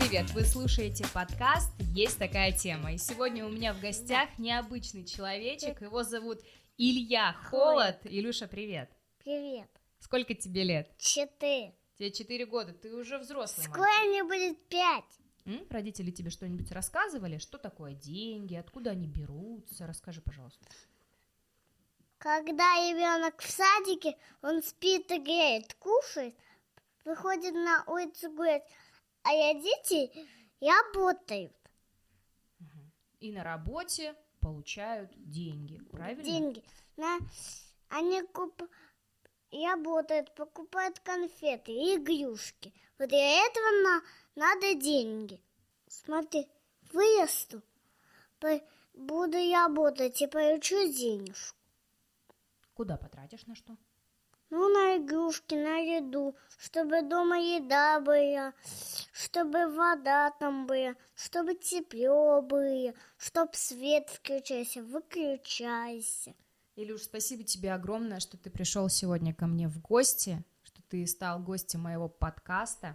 привет! Вы слушаете подкаст «Есть такая тема». И сегодня у меня в гостях необычный человечек. Его зовут Илья Холод. Илюша, привет! Привет. Сколько тебе лет? 4. Тебе 4 года. Ты уже взрослый Скоро мальчик. мне будет 5. Родители тебе что-нибудь рассказывали? Что такое деньги? Откуда они берутся? Расскажи, пожалуйста. Когда ребенок в садике, он спит, играет, кушает, выходит на улицу гулять, а родители работают. И на работе получают деньги, правильно? Деньги. Они работают, покупают конфеты, игрушки. Вот для этого надо деньги. Смотри, вырасту, буду работать и получу денежку. Куда потратишь, на что? На игрушки, на еду, чтобы дома еда была, чтобы вода там была, чтобы тепло было, чтобы свет включался, выключайся. Илюш, спасибо тебе огромное, что ты пришел сегодня ко мне в гости, что ты стал гостем моего подкаста.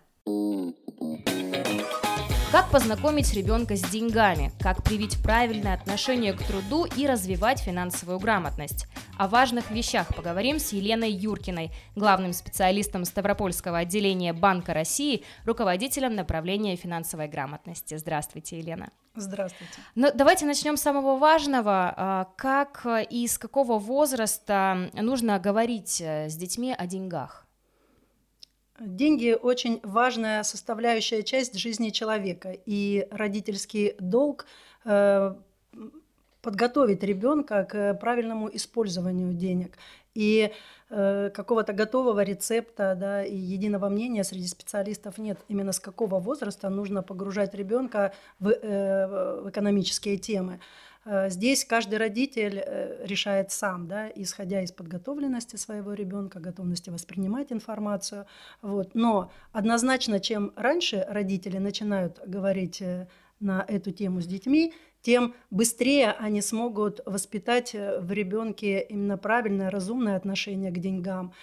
Как познакомить ребенка с деньгами, как привить правильное отношение к труду и развивать финансовую грамотность. О важных вещах поговорим с Еленой Юркиной, главным специалистом Ставропольского отделения Банка России, руководителем направления финансовой грамотности. Здравствуйте, Елена. Здравствуйте. Давайте начнем с самого важного. Как и с какого возраста нужно говорить с детьми о деньгах? Деньги – очень важная составляющая часть жизни человека, и родительский долг подготовить ребенка к правильному использованию денег. И какого-то готового рецепта, да, и единого мнения среди специалистов нет. Именно с какого возраста нужно погружать ребенка в экономические темы. Здесь каждый родитель решает сам, да, исходя из подготовленности своего ребенка, готовности воспринимать информацию. Вот. Но однозначно, чем раньше родители начинают говорить на эту тему с детьми, тем быстрее они смогут воспитать в ребенке именно правильное, разумное отношение к деньгам,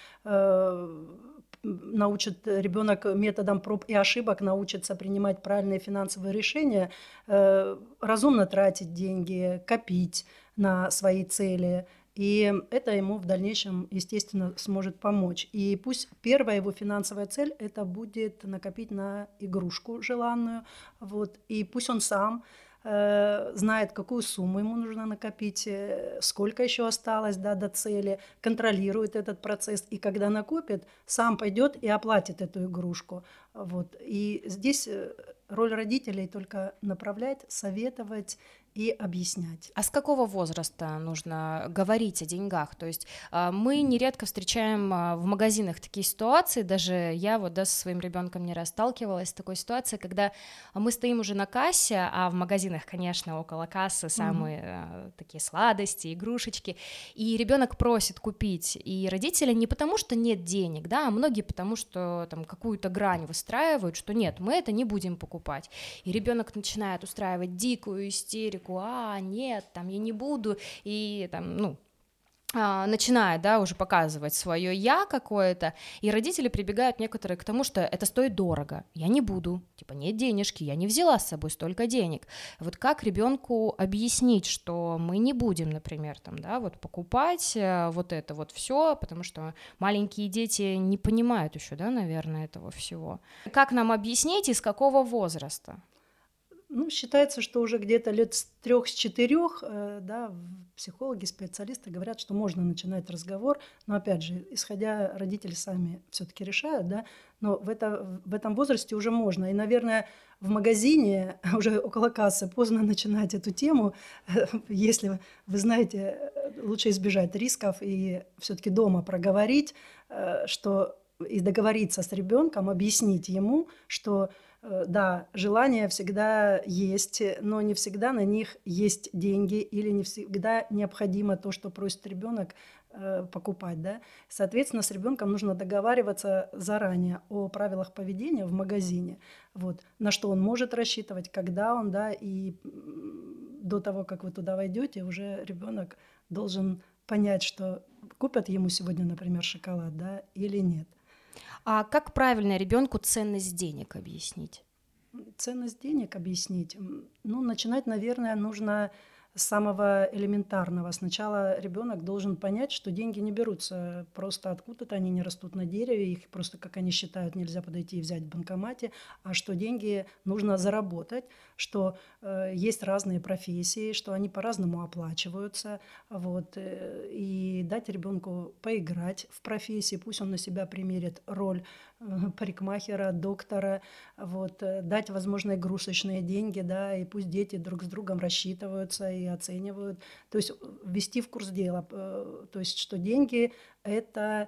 научит ребенок методом проб и ошибок, научится принимать правильные финансовые решения, разумно тратить деньги, копить на свои цели. И это ему в дальнейшем, естественно, сможет помочь. И пусть первая его финансовая цель – это будет накопить на игрушку желанную. Вот. И пусть он сам знает, какую сумму ему нужно накопить, сколько еще осталось, да, до цели, контролирует этот процесс, и когда накопит, сам пойдет и оплатит эту игрушку. Вот. И здесь роль родителей только направлять, советовать и объяснять. А с какого возраста нужно говорить о деньгах? То есть мы нередко встречаем в магазинах такие ситуации, даже я со своим ребенком не раз сталкивалась с такой ситуацией, когда мы стоим уже на кассе, а в магазинах, конечно, около кассы самые такие сладости, игрушечки, и ребенок просит купить, и родители не потому, что нет денег, да, а многие потому, что там какую-то грань выстраивают, что нет, мы это не будем покупать, и ребенок начинает устраивать дикую истерику, нет, там я не буду, и там, начинает, да, уже показывать свое «я» какое-то, и родители прибегают некоторые к тому, что это стоит дорого, я не буду, нет денежки, я не взяла с собой столько денег. Вот как ребенку объяснить, что мы не будем, например, покупать вот это вот все, потому что маленькие дети не понимают еще, да, наверное, этого всего. Как нам объяснить и с какого возраста? Считается, что уже где-то лет с 3-4, да, психологи, специалисты говорят, что можно начинать разговор, но опять же, исходя, родители сами все-таки решают, да, но в этом возрасте уже можно. И, наверное, в магазине, уже около кассы, поздно начинать эту тему, если вы знаете, лучше избежать рисков и все-таки дома проговорить, и договориться с ребенком, объяснить ему, что да, желания всегда есть, но не всегда на них есть деньги или не всегда необходимо то, что просит ребенок, покупать. Да? Соответственно, с ребенком нужно договариваться заранее о правилах поведения в магазине, вот, на что он может рассчитывать, когда он, да, и до того, как вы туда войдете, уже ребенок должен понять, что купят ему сегодня, например, шоколад, да, или нет. А как правильно ребенку ценность денег объяснить? Ценность денег объяснить. Ну, начинать, наверное, нужно с самого элементарного. Сначала ребенок должен понять, что деньги не берутся просто откуда-то, они не растут на дереве, их просто, как они считают, нельзя подойти и взять в банкомате, а что деньги нужно заработать, что есть разные профессии, что они по-разному оплачиваются, вот, и дать ребенку поиграть в профессии, пусть он на себя примерит роль парикмахера, доктора, вот, дать, возможно, игрушечные деньги, да, и пусть дети друг с другом рассчитываются и оценивают. То есть ввести в курс дела, то есть что деньги – это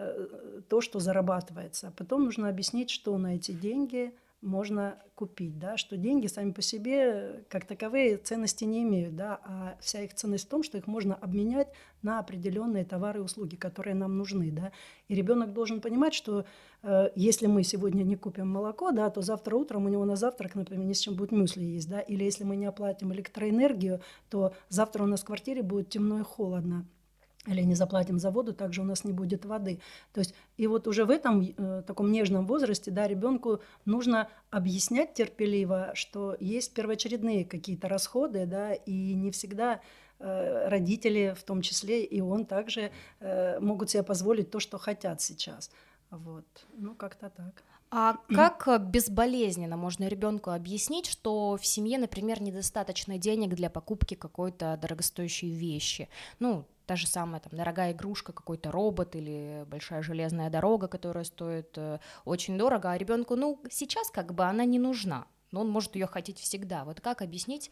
то, что зарабатывается. Потом нужно объяснить, что на эти деньги можно купить, да, что деньги сами по себе как таковые ценности не имеют, да, а вся их ценность в том, что их можно обменять на определенные товары и услуги, которые нам нужны, да. И ребенок должен понимать, что если мы сегодня не купим молоко, да, то завтра утром у него на завтрак, например, не с чем будет мюсли есть, да, или если мы не оплатим электроэнергию, то завтра у нас в квартире будет темно и холодно. Или не заплатим за воду, также у нас не будет воды. То есть, и вот уже в этом таком нежном возрасте, да, ребенку нужно объяснять терпеливо, что есть первоочередные какие-то расходы, да, и не всегда родители, в том числе и он также, могут себе позволить то, что хотят сейчас. Вот, ну как-то так. А как безболезненно можно ребенку объяснить, что в семье, например, недостаточно денег для покупки какой-то дорогостоящей вещи? Ну, та же самая там дорогая игрушка, какой-то робот или большая железная дорога, которая стоит очень дорого, а ребенку, ну, сейчас как бы она не нужна. Но он может ее хотеть всегда. Вот как объяснить,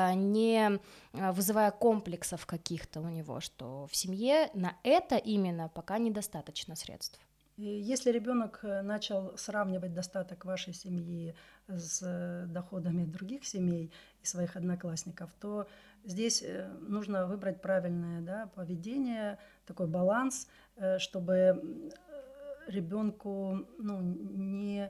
не вызывая комплексов каких-то у него, что в семье на это именно пока недостаточно средств? И если ребенок начал сравнивать достаток вашей семьи с доходами других семей и своих одноклассников, то здесь нужно выбрать правильное, да, поведение, такой баланс, чтобы ребенку, ну, не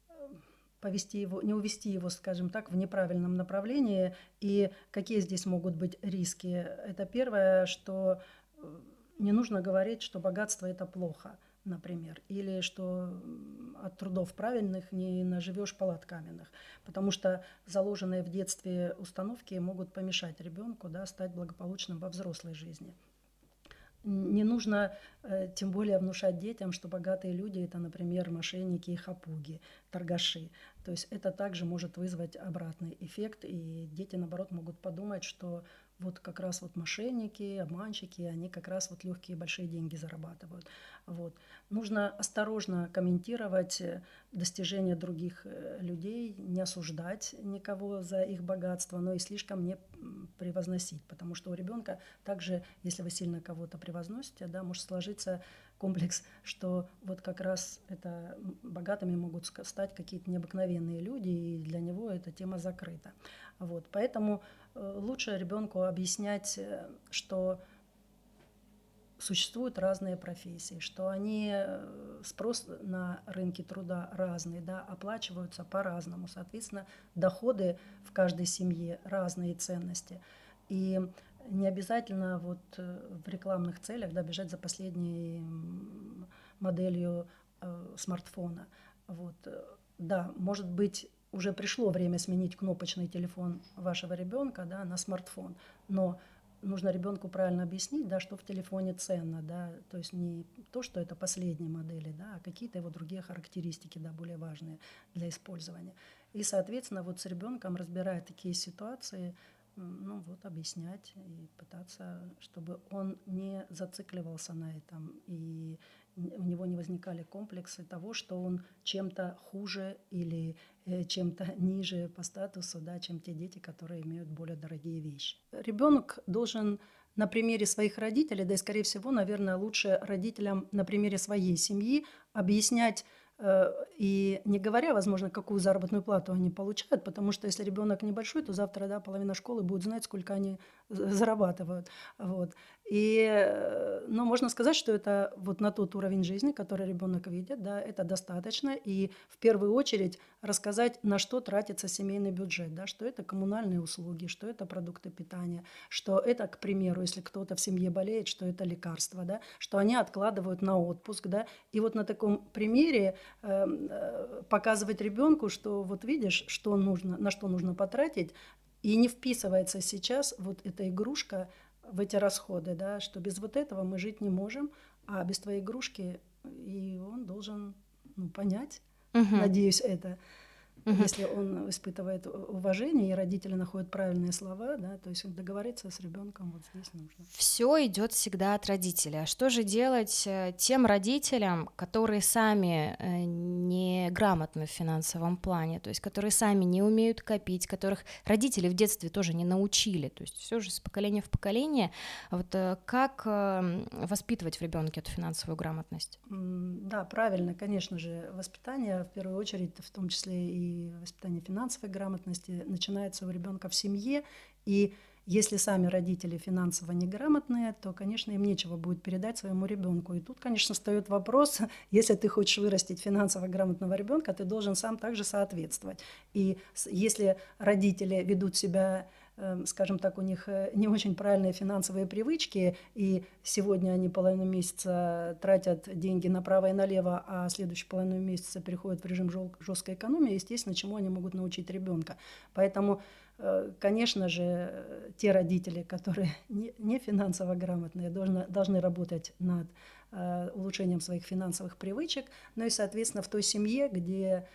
повести его, не увести его, скажем так, в неправильном направлении. И какие здесь могут быть риски? Это первое, что не нужно говорить, что богатство – это плохо, например, или что от трудов правильных не наживешь палат каменных, потому что заложенные в детстве установки могут помешать ребенку, да, стать благополучным во взрослой жизни. Не нужно тем более внушать детям, что богатые люди – это, например, мошенники и хапуги, торгаши. То есть это также может вызвать обратный эффект, и дети, наоборот, могут подумать, что вот как раз вот мошенники, обманщики, они как раз вот легкие большие деньги зарабатывают. Вот. Нужно осторожно комментировать достижения других людей, не осуждать никого за их богатство, но и слишком не превозносить, потому что у ребенка также, если вы сильно кого-то превозносите, да, может сложиться комплекс, что вот как раз это богатыми могут стать какие-то необыкновенные люди, и для него эта тема закрыта. Вот. Поэтому лучше ребенку объяснять, что существуют разные профессии, что они, спрос на рынке труда разный, да, оплачиваются по-разному, соответственно, доходы в каждой семье разные ценности. И не обязательно вот в рекламных целях, да, бежать за последней моделью смартфона. Вот. Да, может быть, уже пришло время сменить кнопочный телефон вашего ребенка, да, на смартфон, но нужно ребенку правильно объяснить, да, что в телефоне ценно, да, то есть не то, что это последние модели, да, а какие-то его другие характеристики, да, более важные для использования. И, соответственно, вот с ребенком, разбирая такие ситуации, ну вот объяснять и пытаться, чтобы он не зацикливался на этом, и у него не возникали комплексы того, что он чем-то хуже или чем-то ниже по статусу, да, чем те дети, которые имеют более дорогие вещи. Ребенок должен на примере своих родителей, да и, скорее всего, наверное, лучше родителям на примере своей семьи объяснять, и не говоря, возможно, какую заработную плату они получают, потому что если ребенок небольшой, то завтра, да, половина школы будет знать, сколько они зарабатывают. Вот. Но можно сказать, что это вот на тот уровень жизни, который ребенок видит, да, это достаточно. И в первую очередь рассказать, на что тратится семейный бюджет, да, что это коммунальные услуги, что это продукты питания, что это, к примеру, если кто-то в семье болеет, что это лекарства, да, что они откладывают на отпуск, да, и вот на таком примере показывать ребенку, что вот видишь, что нужно, на что нужно потратить, и не вписывается сейчас вот эта игрушка в эти расходы, да, что без вот этого мы жить не можем, а без твоей игрушки, и он должен, ну, понять, надеюсь, это. Если он испытывает уважение, и родители находят правильные слова, да, то есть договориться с ребенком вот здесь нужно. Все идет всегда от родителя. Что же делать тем родителям, которые сами неграмотны в финансовом плане, то есть которые сами не умеют копить, которых родители в детстве тоже не научили, то есть все же с поколения в поколение. Вот как воспитывать в ребенке эту финансовую грамотность? Да, правильно, конечно же, воспитание, в первую очередь, в том числе и воспитание финансовой грамотности, начинается у ребенка в семье, и если сами родители финансово неграмотные, то, конечно, им нечего будет передать своему ребенку. И тут, конечно, встает вопрос, если ты хочешь вырастить финансово грамотного ребенка, ты должен сам также соответствовать. И если родители ведут себя, скажем так, у них не очень правильные финансовые привычки, и сегодня они половину месяца тратят деньги направо и налево, а следующую половину месяца переходят в режим жесткой экономии, естественно, чему они могут научить ребенка. Поэтому, конечно же, те родители, которые не финансово грамотные, должны работать над улучшением своих финансовых привычек, ну и, соответственно, в той семье, где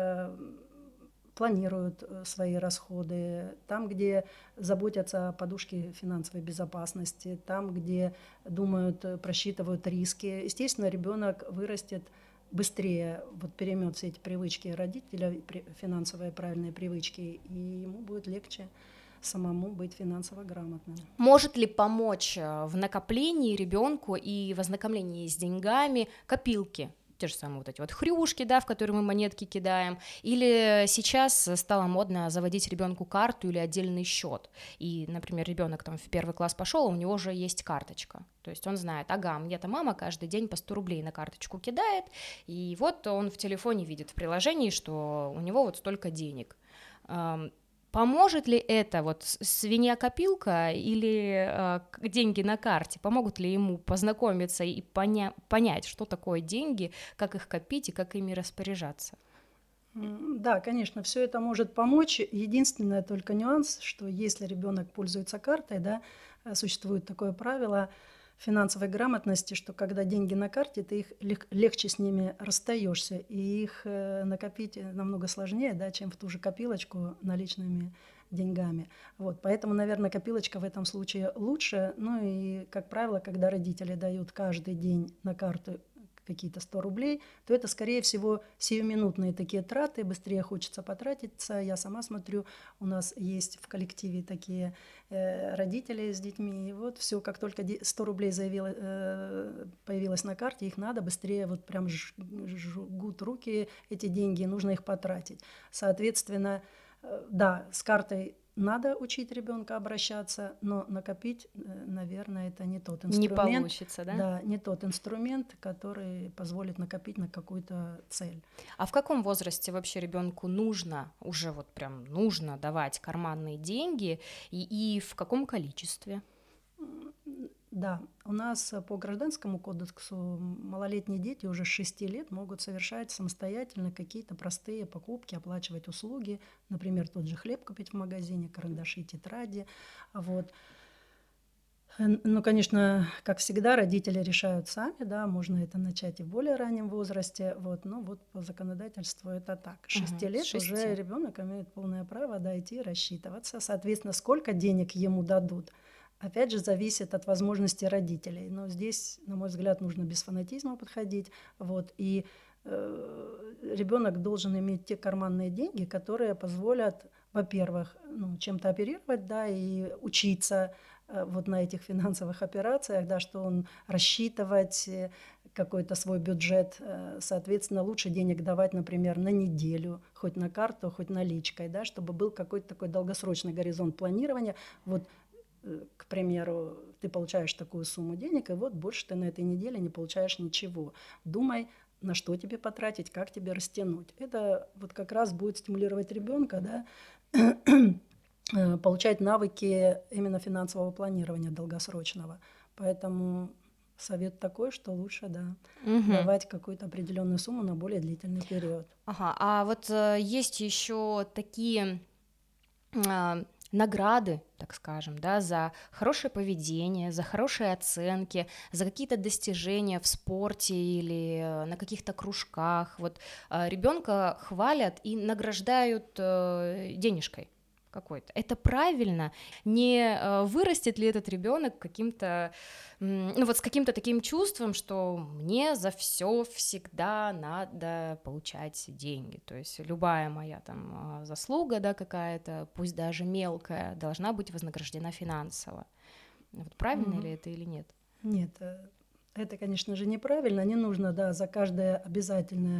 планируют свои расходы, там, где заботятся о подушке финансовой безопасности, там, где думают, просчитывают риски. Естественно, ребенок вырастет быстрее, вот переймет все эти привычки родителя, финансовые правильные привычки, и ему будет легче самому быть финансово грамотным. Может ли помочь в накоплении ребенку и в ознакомлении с деньгами копилки? Те же самые вот эти вот хрюшки, да, в которые мы монетки кидаем, или сейчас стало модно заводить ребенку карту или отдельный счет, и, например, ребенок там в первый класс пошел, а у него уже есть карточка, то есть он знает, ага, мне-то мама каждый день по 100 рублей на карточку кидает, и вот он в телефоне видит в приложении, что у него вот столько денег. Поможет ли это вот свинья-копилка или деньги на карте? Помогут ли ему познакомиться и понять, что такое деньги, как их копить и как ими распоряжаться? Да, конечно, все это может помочь. Единственное только нюанс, что если ребенок пользуется картой, да, существует такое правило финансовой грамотности, что когда деньги на карте, ты их легче с ними расстаешься, и их накопить намного сложнее, да, чем в ту же копилочку наличными деньгами. Вот, поэтому, наверное, копилочка в этом случае лучше. Ну и, как правило, когда родители дают каждый день на карту какие-то 100 рублей, то это, скорее всего, сиюминутные такие траты, быстрее хочется потратиться. Я сама смотрю, у нас есть в коллективе такие родители с детьми, и вот все, как только 100 рублей появилось на карте, их надо быстрее, вот прям жгут руки эти деньги, нужно их потратить. Соответственно, да, с картой надо учить ребенка обращаться, но накопить, наверное, это не тот инструмент. Не получится, да? Да, не тот инструмент, который позволит накопить на какую-то цель. А в каком возрасте вообще ребенку нужно, уже вот прям нужно давать карманные деньги и в каком количестве? Да, у нас по Гражданскому кодексу малолетние дети уже с 6 лет могут совершать самостоятельно какие-то простые покупки, оплачивать услуги, например, тот же хлеб купить в магазине, карандаши, тетради. Вот. Ну, конечно, как всегда, родители решают сами, да, можно это начать и в более раннем возрасте, вот, но вот по законодательству это так. С 6 лет уже ребенок имеет полное право идти рассчитываться, соответственно, сколько денег ему дадут. Опять же, зависит от возможностей родителей. Но здесь, на мой взгляд, нужно без фанатизма подходить. Вот, и ребенок должен иметь те карманные деньги, которые позволят, во-первых, чем-то оперировать, да, и учиться вот на этих финансовых операциях, да, что он рассчитывать какой-то свой бюджет. Соответственно, лучше денег давать, например, на неделю, хоть на карту, хоть наличкой, да, чтобы был какой-то такой долгосрочный горизонт планирования. Вот, к примеру, ты получаешь такую сумму денег, и вот больше ты на этой неделе не получаешь ничего. Думай на что тебе потратить, как тебе растянуть. Это вот как раз будет стимулировать ребенка, да, получать навыки именно финансового планирования долгосрочного. Поэтому совет такой, что лучше, да, давать какую-то определенную сумму на более длительный период. Ага, а вот есть еще такие награды, так скажем, да, за хорошее поведение, за хорошие оценки, за какие-то достижения в спорте или на каких-то кружках. Вот ребенка хвалят и награждают денежкой какой-то. Это правильно? Не вырастет ли этот ребенок каким-то, ну вот с каким-то таким чувством, что мне за все всегда надо получать деньги, то есть любая моя там заслуга, да, какая-то, пусть даже мелкая, должна быть вознаграждена финансово. Вот правильно ли это или нет? Нет, это, конечно же, неправильно. Не нужно, да, за каждое обязательно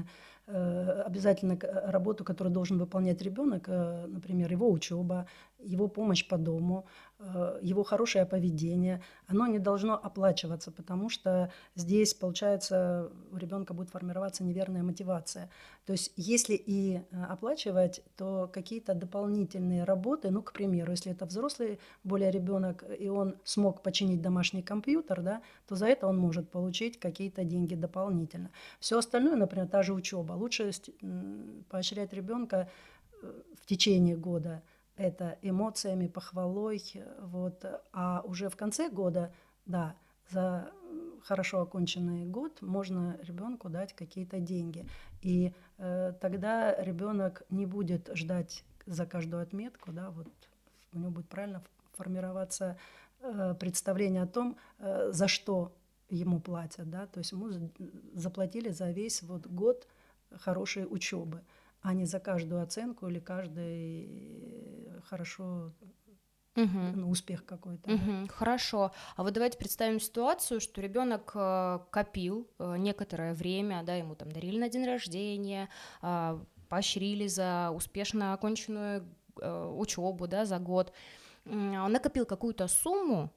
работу, которую должен выполнять ребенок, например, его учеба, его помощь по дому, его хорошее поведение, оно не должно оплачиваться, потому что здесь, получается, у ребенка будет формироваться неверная мотивация. То есть если и оплачивать, то какие-то дополнительные работы, ну, к примеру, если это взрослый более ребенок, и он смог починить домашний компьютер, да, то за это он может получить какие-то деньги дополнительно. Все остальное, например, та же учеба, лучше поощрять ребенка в течение года, это эмоциями, похвалой, вот, а уже в конце года, да, за хорошо оконченный год можно ребенку дать какие-то деньги. И тогда ребенок не будет ждать за каждую отметку, да, вот у него будет правильно формироваться представление о том, за что ему платят, да, то есть ему заплатили за весь вот год хорошей учебы, а не за каждую оценку или каждый хорошо, ну, успех какой-то. Да. Хорошо. А вот давайте представим ситуацию, что ребенок копил некоторое время, да, ему там дарили на день рождения, поощрили за успешно оконченную учебу, да, за год. Он накопил какую-то сумму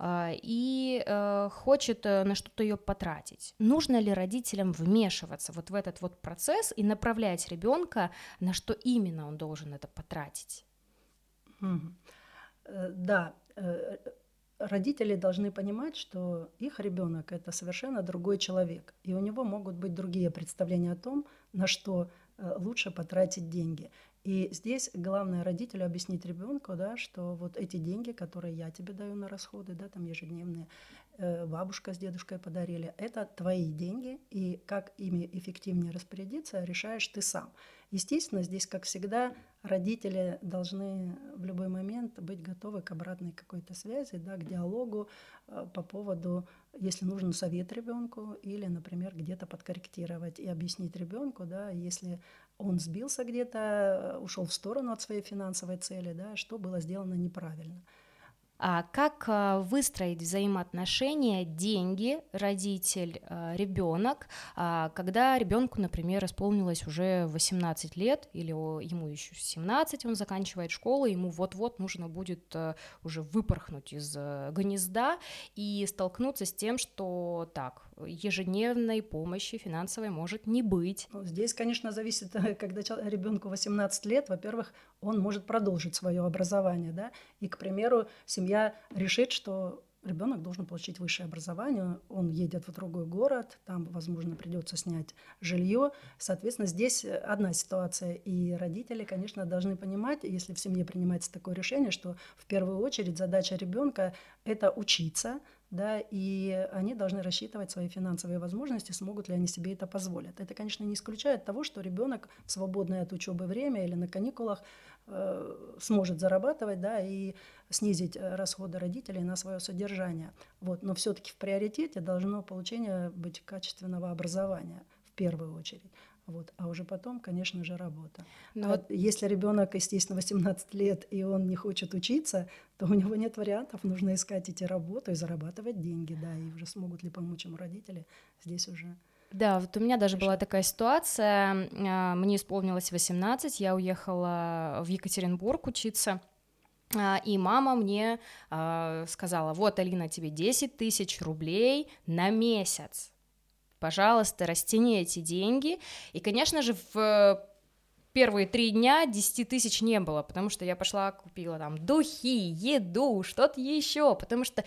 и хочет на что-то ее потратить. Нужно ли родителям вмешиваться вот в этот вот процесс и направлять ребенка, на что именно он должен это потратить? Да, родители должны понимать, что их ребенок это совершенно другой человек, и у него могут быть другие представления о том, на что лучше потратить деньги. И здесь главное родителю объяснить ребенку, да, что вот эти деньги, которые я тебе даю на расходы, да, там ежедневные, бабушка с дедушкой подарили, это твои деньги, и как ими эффективнее распорядиться, решаешь ты сам. Естественно, здесь, как всегда, родители должны в любой момент быть готовы к обратной какой-то связи, да, к диалогу по поводу, если нужен совет ребенку или, например, где-то подкорректировать и объяснить ребенку, да, если он сбился где-то, ушел в сторону от своей финансовой цели, да, что было сделано неправильно. А как выстроить взаимоотношения деньги, родитель, ребенок, когда ребенку, например, исполнилось уже 18 лет, или ему еще 17, он заканчивает школу, ему вот-вот нужно будет уже выпорхнуть из гнезда и столкнуться с тем, что так, ежедневной помощи финансовой может не быть. Здесь, конечно, зависит, когда ребенку 18 лет, во-первых, он может продолжить свое образование, да, и, к примеру, семья решит, что ребенок должен получить высшее образование, он едет в другой город, там, возможно, придется снять жилье. Соответственно, здесь одна ситуация. И родители, конечно, должны понимать, если в семье принимается такое решение, что в первую очередь задача ребенка – это учиться, да, и они должны рассчитывать свои финансовые возможности, смогут ли они себе это позволить. Это, конечно, не исключает того, что ребенок в свободное от учебы время или на каникулах сможет зарабатывать, да, и снизить расходы родителей на свое содержание. Вот. Но все-таки в приоритете должно получение быть качественного образования в первую очередь. Вот. А уже потом, конечно же, работа. Если ребенок, естественно, 18 лет, и он не хочет учиться, то у него нет вариантов, нужно искать идти работу и зарабатывать деньги, да, и уже смогут ли помочь ему родители, здесь уже... Да, вот у меня даже была такая ситуация, мне исполнилось 18, я уехала в Екатеринбург учиться, и мама мне сказала: вот, Алина, тебе 10 000 рублей на месяц. пожалуйста, растяни эти деньги. И, конечно же, в первые 3 дня 10 тысяч не было, потому что я пошла, купила там духи, еду, что-то еще, потому что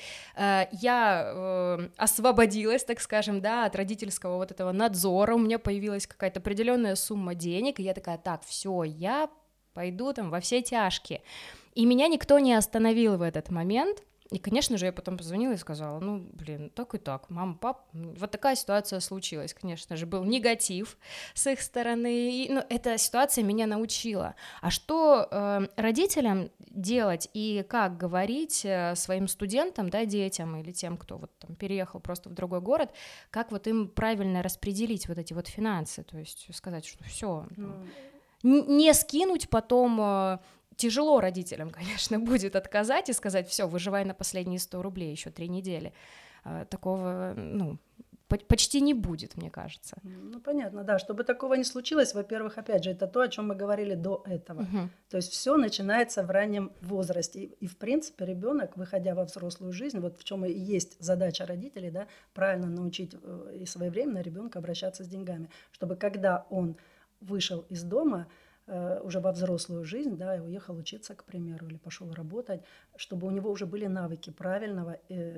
я освободилась, так скажем, да, от родительского вот этого надзора, у меня появилась какая-то определенная сумма денег, и я такая, так, все, я пойду там во все тяжкие. И меня никто не остановил в этот момент. И, конечно же, я потом позвонила и сказала, ну, блин, так и так, мама, пап, вот такая ситуация случилась, конечно же, был негатив с их стороны, и, ну, эта ситуация меня научила. А что родителям делать и как говорить своим студентам, да, детям или тем, кто вот там переехал просто в другой город, как вот им правильно распределить вот эти вот финансы, то есть сказать, что все, не скинуть потом... Тяжело родителям, конечно, будет отказать и сказать, все, выживай на последние 100 рублей еще 3 недели. Такого, ну, почти не будет, мне кажется. Ну, понятно, да, чтобы такого не случилось, во-первых, опять же, это то, о чем мы говорили до этого. То есть все начинается в раннем возрасте. И в принципе, ребенок, выходя во взрослую жизнь, вот в чем и есть задача родителей, да, правильно научить и своевременно ребенка обращаться с деньгами, чтобы когда он вышел из дома, уже во взрослую жизнь, да, и уехал учиться, к примеру, или пошел работать, чтобы у него уже были навыки правильного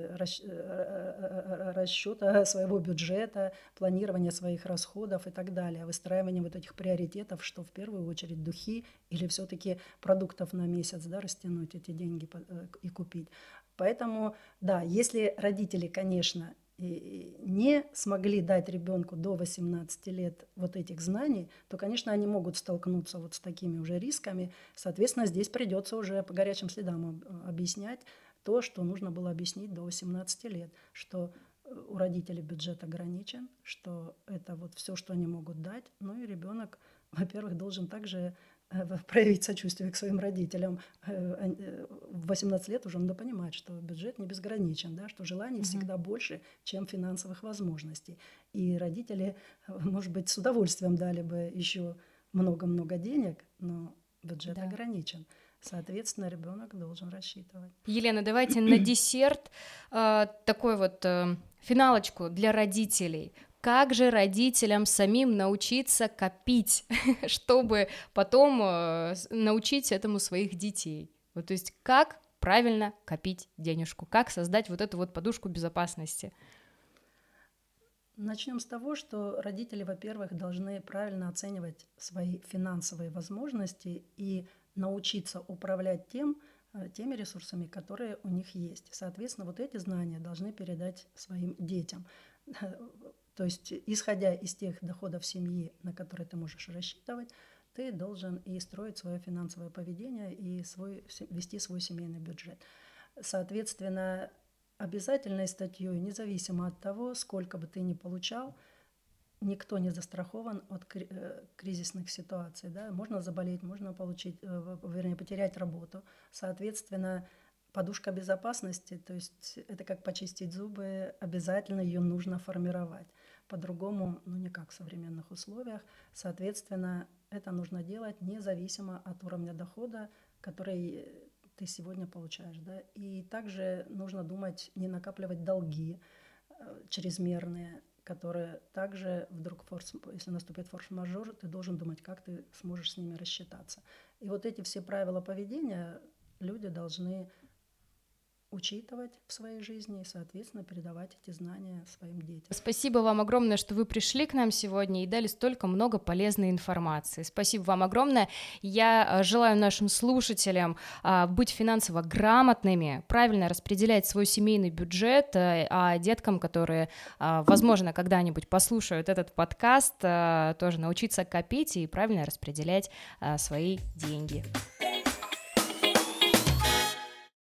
расчета своего бюджета, планирования своих расходов и так далее, выстраивания вот этих приоритетов, что в первую очередь духи или все-таки продуктов на месяц, да, растянуть эти деньги и купить. Поэтому, да, если родители, конечно, и не смогли дать ребенку до 18 лет вот этих знаний, то, конечно, они могут столкнуться вот с такими уже рисками. Соответственно, здесь придется уже по горячим следам объяснять то, что нужно было объяснить до 18 лет, что у родителей бюджет ограничен, что это вот все, что они могут дать. Ну и ребенок, во-первых, должен также проявить сочувствие к своим родителям. В 18 лет уже надо понимать, что бюджет не безграничен, да, что желаний всегда больше, чем финансовых возможностей. И родители, может быть, с удовольствием дали бы еще много-много денег, но бюджет ограничен. Соответственно, ребенок должен рассчитывать. Елена, давайте на десерт такой вот финалочку для родителей. Как же родителям самим научиться копить, чтобы потом научить этому своих детей? Вот, то есть как правильно копить денежку, как создать вот эту вот подушку безопасности? Начнем с того, что родители, во-первых, должны правильно оценивать свои финансовые возможности и научиться управлять теми ресурсами, которые у них есть. Соответственно, вот эти знания должны передать своим детям. То есть, исходя из тех доходов семьи, на которые ты можешь рассчитывать, ты должен и строить свое финансовое поведение, и вести свой семейный бюджет. Соответственно, обязательной статьей, независимо от того, сколько бы ты ни получал, никто не застрахован от кризисных ситуаций. Да? Можно заболеть, можно потерять работу. Соответственно, подушка безопасности, то есть это как почистить зубы, обязательно ее нужно формировать. По-другому, никак в современных условиях. Соответственно, это нужно делать независимо от уровня дохода, который ты сегодня получаешь. Да? И также нужно думать, не накапливать долги чрезмерные, которые также вдруг, если наступит форс-мажор, ты должен думать, как ты сможешь с ними рассчитаться. И вот эти все правила поведения люди должны учитывать в своей жизни и, соответственно, передавать эти знания своим детям. Спасибо вам огромное, что вы пришли к нам сегодня и дали столько много полезной информации. Спасибо вам огромное. Я желаю нашим слушателям быть финансово грамотными, правильно распределять свой семейный бюджет, а деткам, которые, возможно, когда-нибудь послушают этот подкаст, тоже научиться копить и правильно распределять свои деньги.